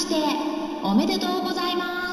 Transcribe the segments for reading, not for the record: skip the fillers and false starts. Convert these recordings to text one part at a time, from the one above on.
しておめでとうございます。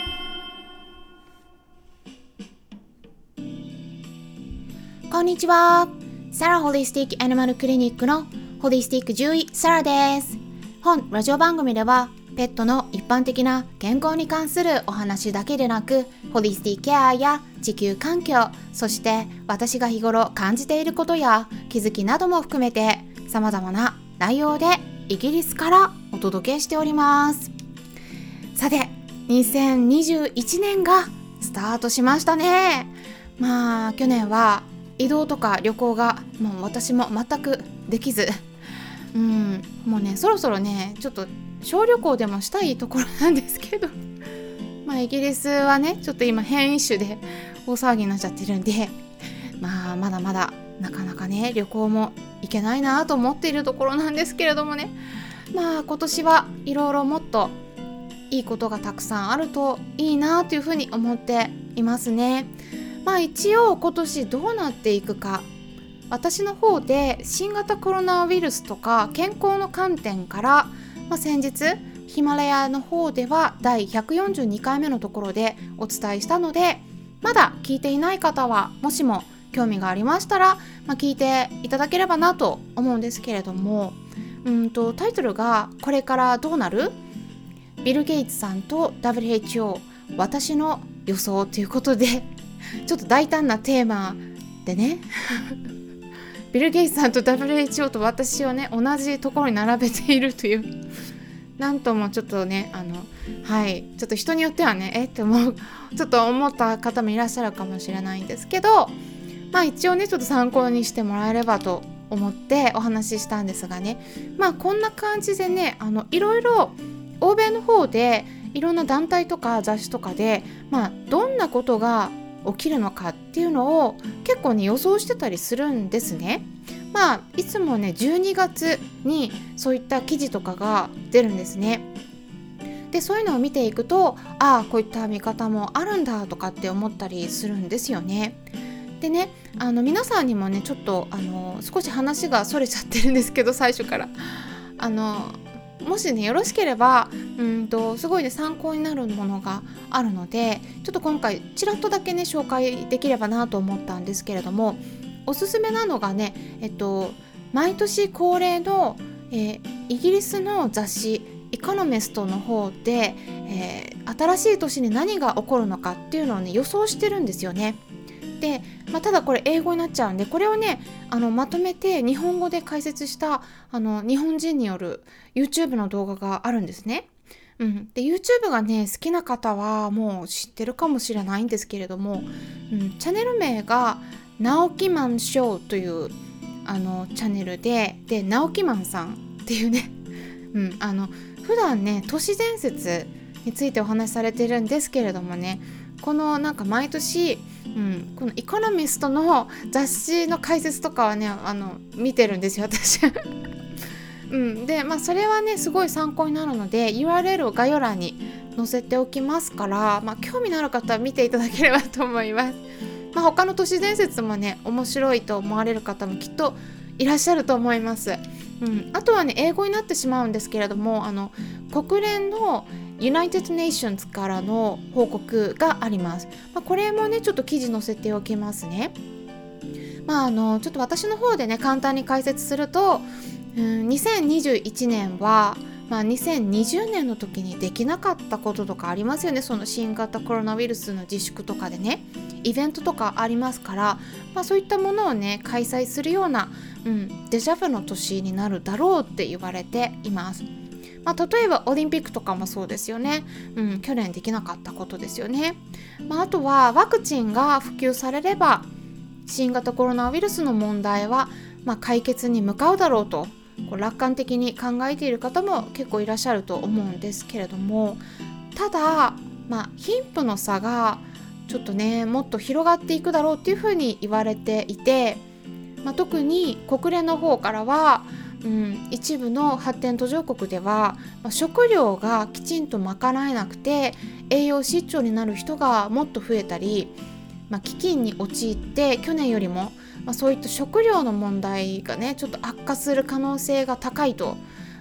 こんにちは。サラホリスティックアニマルクリニックのホリスティック獣医サラです。本ラジオ番組ではペットの一般的な健康に関するお話だけでなく、ホリスティックケアや地球環境、そして私が日頃感じていることや気づきなども含めて様々な内容でイギリスからお届けしております。さて、2021年がスタートしましたね。去年は移動とか旅行がもう私も全くできず、もうねそろそろねちょっと小旅行でもしたいところなんですけどイギリスはねちょっと今変異種で大騒ぎになっちゃってるんで、まだまだなかなかね旅行も行けないなと思っているところなんですけれどもね、今年はいろいろもっといいことがたくさんあるといいなというふうに思っていますね。一応今年どうなっていくか、私の方で新型コロナウイルスとか健康の観点から、先日ヒマラヤの方では第142回目のところでお伝えしたので、まだ聞いていない方はもしも興味がありましたら、聞いていただければなと思うんですけれども、タイトルがこれからどうなる？ビル・ゲイツさんと WHO 私の予想ということでちょっと大胆なテーマでねビル・ゲイツさんと WHO と私をね同じところに並べているというなんともちょっとねちょっと人によってはねって思うちょっと思った方もいらっしゃるかもしれないんですけど、一応ねちょっと参考にしてもらえればと思ってお話ししたんですがね、こんな感じでねいろいろ欧米の方でいろんな団体とか雑誌とかで、どんなことが起きるのかっていうのを結構ね予想してたりするんですね。いつもね12月にそういった記事とかが出るんですね。でそういうのを見ていくと、こういった見方もあるんだとかって思ったりするんですよね。でね皆さんにもねちょっと少し話がそれちゃってるんですけど、最初からもしねよろしければすごいね参考になるものがあるので、ちょっと今回ちらっとだけね紹介できればなと思ったんですけれども、おすすめなのがね毎年恒例の、イギリスの雑誌エコノミストの方で、新しい年に何が起こるのかっていうのをね予想してるんですよね。で、ただこれ英語になっちゃうんで、これをねまとめて日本語で解説した日本人による YouTube の動画があるんですね。で YouTube がね好きな方はもう知ってるかもしれないんですけれども、チャンネル名が直木マンショーというチャンネルで直木マンさんっていうね、普段ね都市伝説についてお話しされてるんですけれどもね、この毎年、このエコノミストの雑誌の解説とかはね見てるんですよ私でそれはねすごい参考になるので URL を概要欄に載せておきますから、興味のある方は見ていただければと思います。他の都市伝説もね面白いと思われる方もきっといらっしゃると思います。あとはね英語になってしまうんですけれども、国連のUnited Nations からの報告があります。これもねちょっと記事載せておきますね。ちょっと私の方でね簡単に解説すると、2021年は、2020年の時にできなかったこととかありますよね。その新型コロナウイルスの自粛とかでねイベントとかありますから、そういったものをね開催するような、デジャブの年になるだろうって言われています。例えばオリンピックとかもそうですよね。去年できなかったことですよね。あとはワクチンが普及されれば新型コロナウイルスの問題は、解決に向かうだろうと楽観的に考えている方も結構いらっしゃると思うんですけれども、ただ、貧富の差がちょっとねもっと広がっていくだろうっていうふうに言われていて、特に国連の方からは、一部の発展途上国では、食料がきちんと賄えなくて栄養失調になる人がもっと増えたり、飢饉に陥って去年よりも、そういった食料の問題がねちょっと悪化する可能性が高いと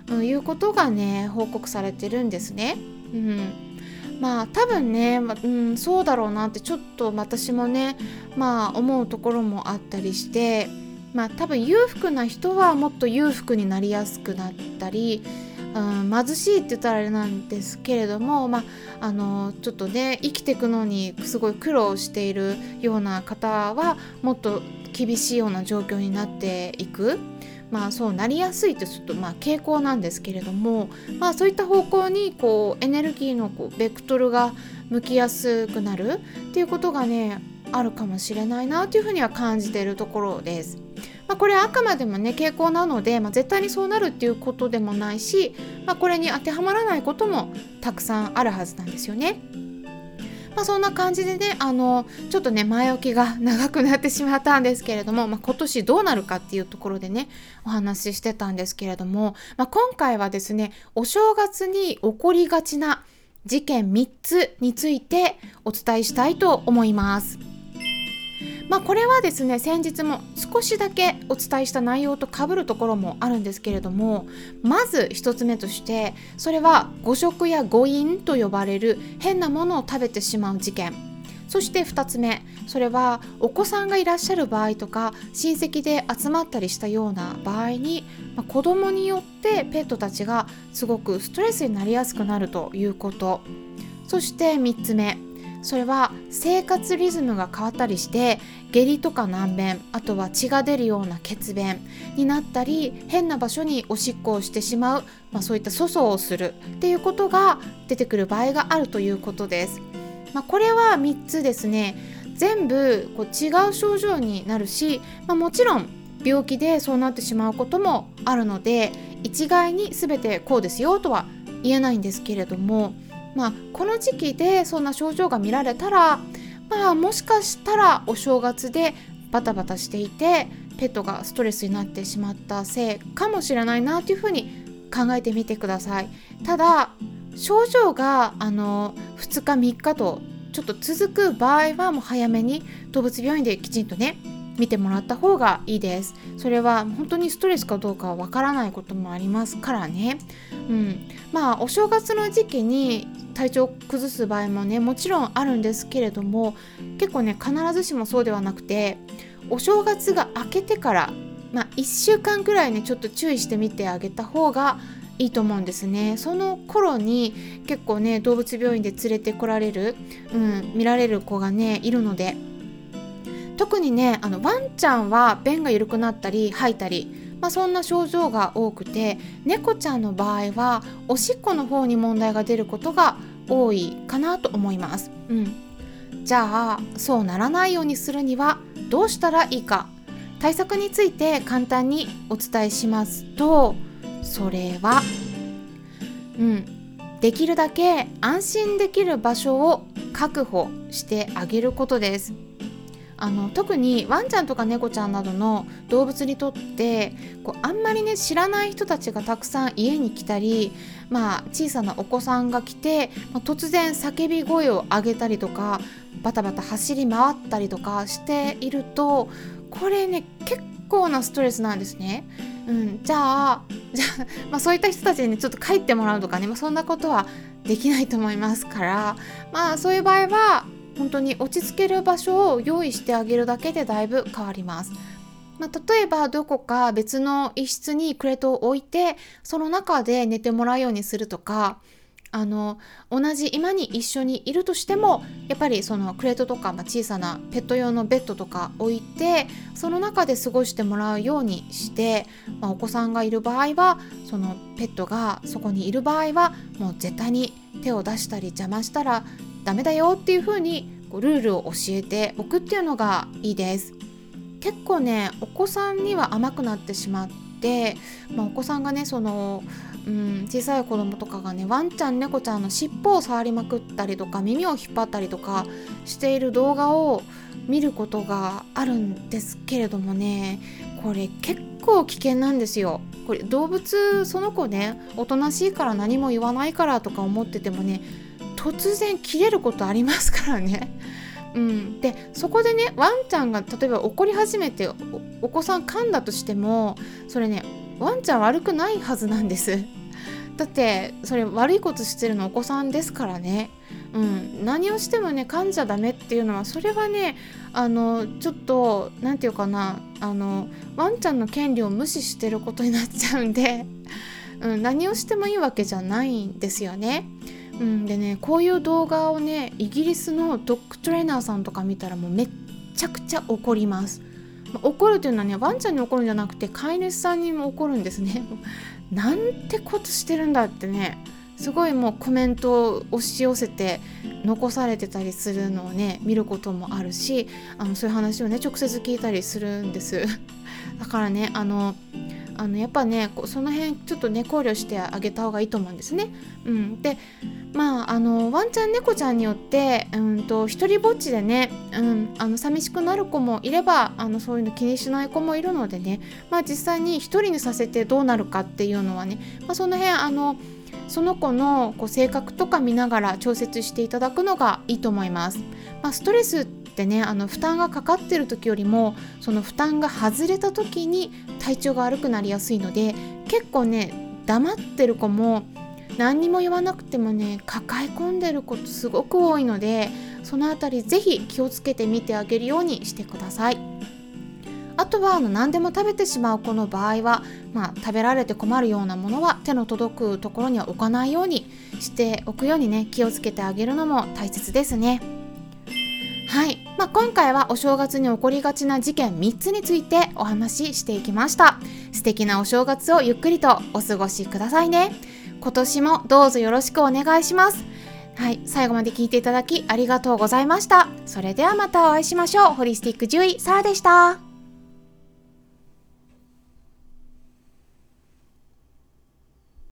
いうことがね報告されてるんですね。多分ね、そうだろうなってちょっと私もね思うところもあったりして、多分裕福な人はもっと裕福になりやすくなったり、貧しいって言ったらあれなんですけれども、ちょっとね生きていくのにすごい苦労しているような方はもっと厳しいような状況になっていく、そうなりやすいってちょっと傾向なんですけれども、そういった方向にエネルギーのベクトルが向きやすくなるっていうことがねあるかもしれないなというふうには感じているところです。これはあくまでもね傾向なので、絶対にそうなるっていうことでもないし、これに当てはまらないこともたくさんあるはずなんですよね。そんな感じでねちょっとね前置きが長くなってしまったんですけれども、今年どうなるかっていうところでねお話ししてたんですけれども、今回はですねお正月に起こりがちな事件3つについてお伝えしたいと思います。これはですね先日も少しだけお伝えした内容と被るところもあるんですけれども、まず一つ目としてそれは誤食や誤飲と呼ばれる変なものを食べてしまう事件、そして2つ目それはお子さんがいらっしゃる場合とか親戚で集まったりしたような場合に、子供によってペットたちがすごくストレスになりやすくなるということ、そして3つ目それは生活リズムが変わったりして下痢とか軟便、あとは血が出るような血便になったり変な場所におしっこをしてしまう、そういった粗相をするっていうことが出てくる場合があるということです。これは3つですね全部違う症状になるし、もちろん病気でそうなってしまうこともあるので一概に全てこうですよとは言えないんですけれども、この時期でそんな症状が見られたら、もしかしたらお正月でバタバタしていてペットがストレスになってしまったせいかもしれないなというふうに考えてみてください。ただ症状が2日3日とちょっと続く場合はもう早めに動物病院できちんとね見てもらった方がいいです。それは本当にストレスかどうかはわからないこともありますからね。お正月の時期に体調を崩す場合もねもちろんあるんですけれども、結構ね必ずしもそうではなくてお正月が明けてから1週間くらいねちょっと注意してみてあげた方がいいと思うんですね。その頃に結構ね動物病院で連れてこられる、見られる子がねいるので、特にねワンちゃんは便が緩くなったり吐いたり、そんな症状が多くて、猫ちゃんの場合はおしっこの方に問題が出ることが多いかなと思います。じゃあそうならないようにするにはどうしたらいいか、対策について簡単にお伝えしますと、それはできるだけ安心できる場所を確保してあげることです。特にワンちゃんとか猫ちゃんなどの動物にとってあんまりね知らない人たちがたくさん家に来たり、小さなお子さんが来て、突然叫び声を上げたりとかバタバタ走り回ったりとかしていると、これね結構なストレスなんですね。じゃあ、そういった人たちにちょっと帰ってもらうとかね、そんなことはできないと思いますから、そういう場合は本当に落ち着ける場所を用意してあげるだけでだいぶ変わります。例えばどこか別の一室にクレートを置いてその中で寝てもらうようにするとか、同じ居間に一緒にいるとしてもやっぱりそのクレートとか、小さなペット用のベッドとか置いてその中で過ごしてもらうようにして、お子さんがいる場合はそのペットがそこにいる場合はもう絶対に手を出したり邪魔したらダメだよっていう風にルールを教えておくっていうのがいいです。結構ねお子さんには甘くなってしまって、お子さんがね小さい子供とかがねワンちゃん猫ちゃんの尻尾を触りまくったりとか耳を引っ張ったりとかしている動画を見ることがあるんですけれどもね、これ結構危険なんですよ。これ動物その子ねおとなしいから何も言わないからとか思っててもね突然切れることありますからね。でそこでねワンちゃんが例えば怒り始めて お子さん噛んだとしても、それねワンちゃん悪くないはずなんです。だってそれ悪いことしてるのお子さんですからね。何をしてもね噛んじゃダメっていうのは、それはねちょっとなんていうかな、ワンちゃんの権利を無視してることになっちゃうんで、何をしてもいいわけじゃないんですよね。でね、こういう動画をねイギリスのドッグトレーナーさんとか見たらもうめっちゃくちゃ怒ります。怒るというのはね、ワンちゃんに怒るんじゃなくて飼い主さんにも怒るんですね。なんてことしてるんだってね、すごいもうコメントを押し寄せて残されてたりするのをね見ることもあるし、そういう話をね直接聞いたりするんです。だからねやっぱねその辺ちょっとね考慮してあげた方がいいと思うんですね。でワンちゃん猫ちゃんによって一人ぼっちでね、寂しくなる子もいればそういうの気にしない子もいるのでね、実際に一人にさせてどうなるかっていうのはね、その辺その子の性格とか見ながら調節していただくのがいいと思います。ストレスってね負担がかかってる時よりもその負担が外れた時に体調が悪くなりやすいので、結構ね黙ってる子も何にも言わなくてもね抱え込んでることすごく多いので、そのあたりぜひ気をつけてみてあげるようにしてください。あとは何でも食べてしまう子の場合は、食べられて困るようなものは手の届くところには置かないようにしておくようにね気をつけてあげるのも大切ですね。はい、今回はお正月に起こりがちな事件3つについてお話ししていきました。素敵なお正月をゆっくりとお過ごしくださいね。今年もどうぞよろしくお願いします。はい、最後まで聞いていただきありがとうございました。それではまたお会いしましょう。ホリスティック獣医サラでした。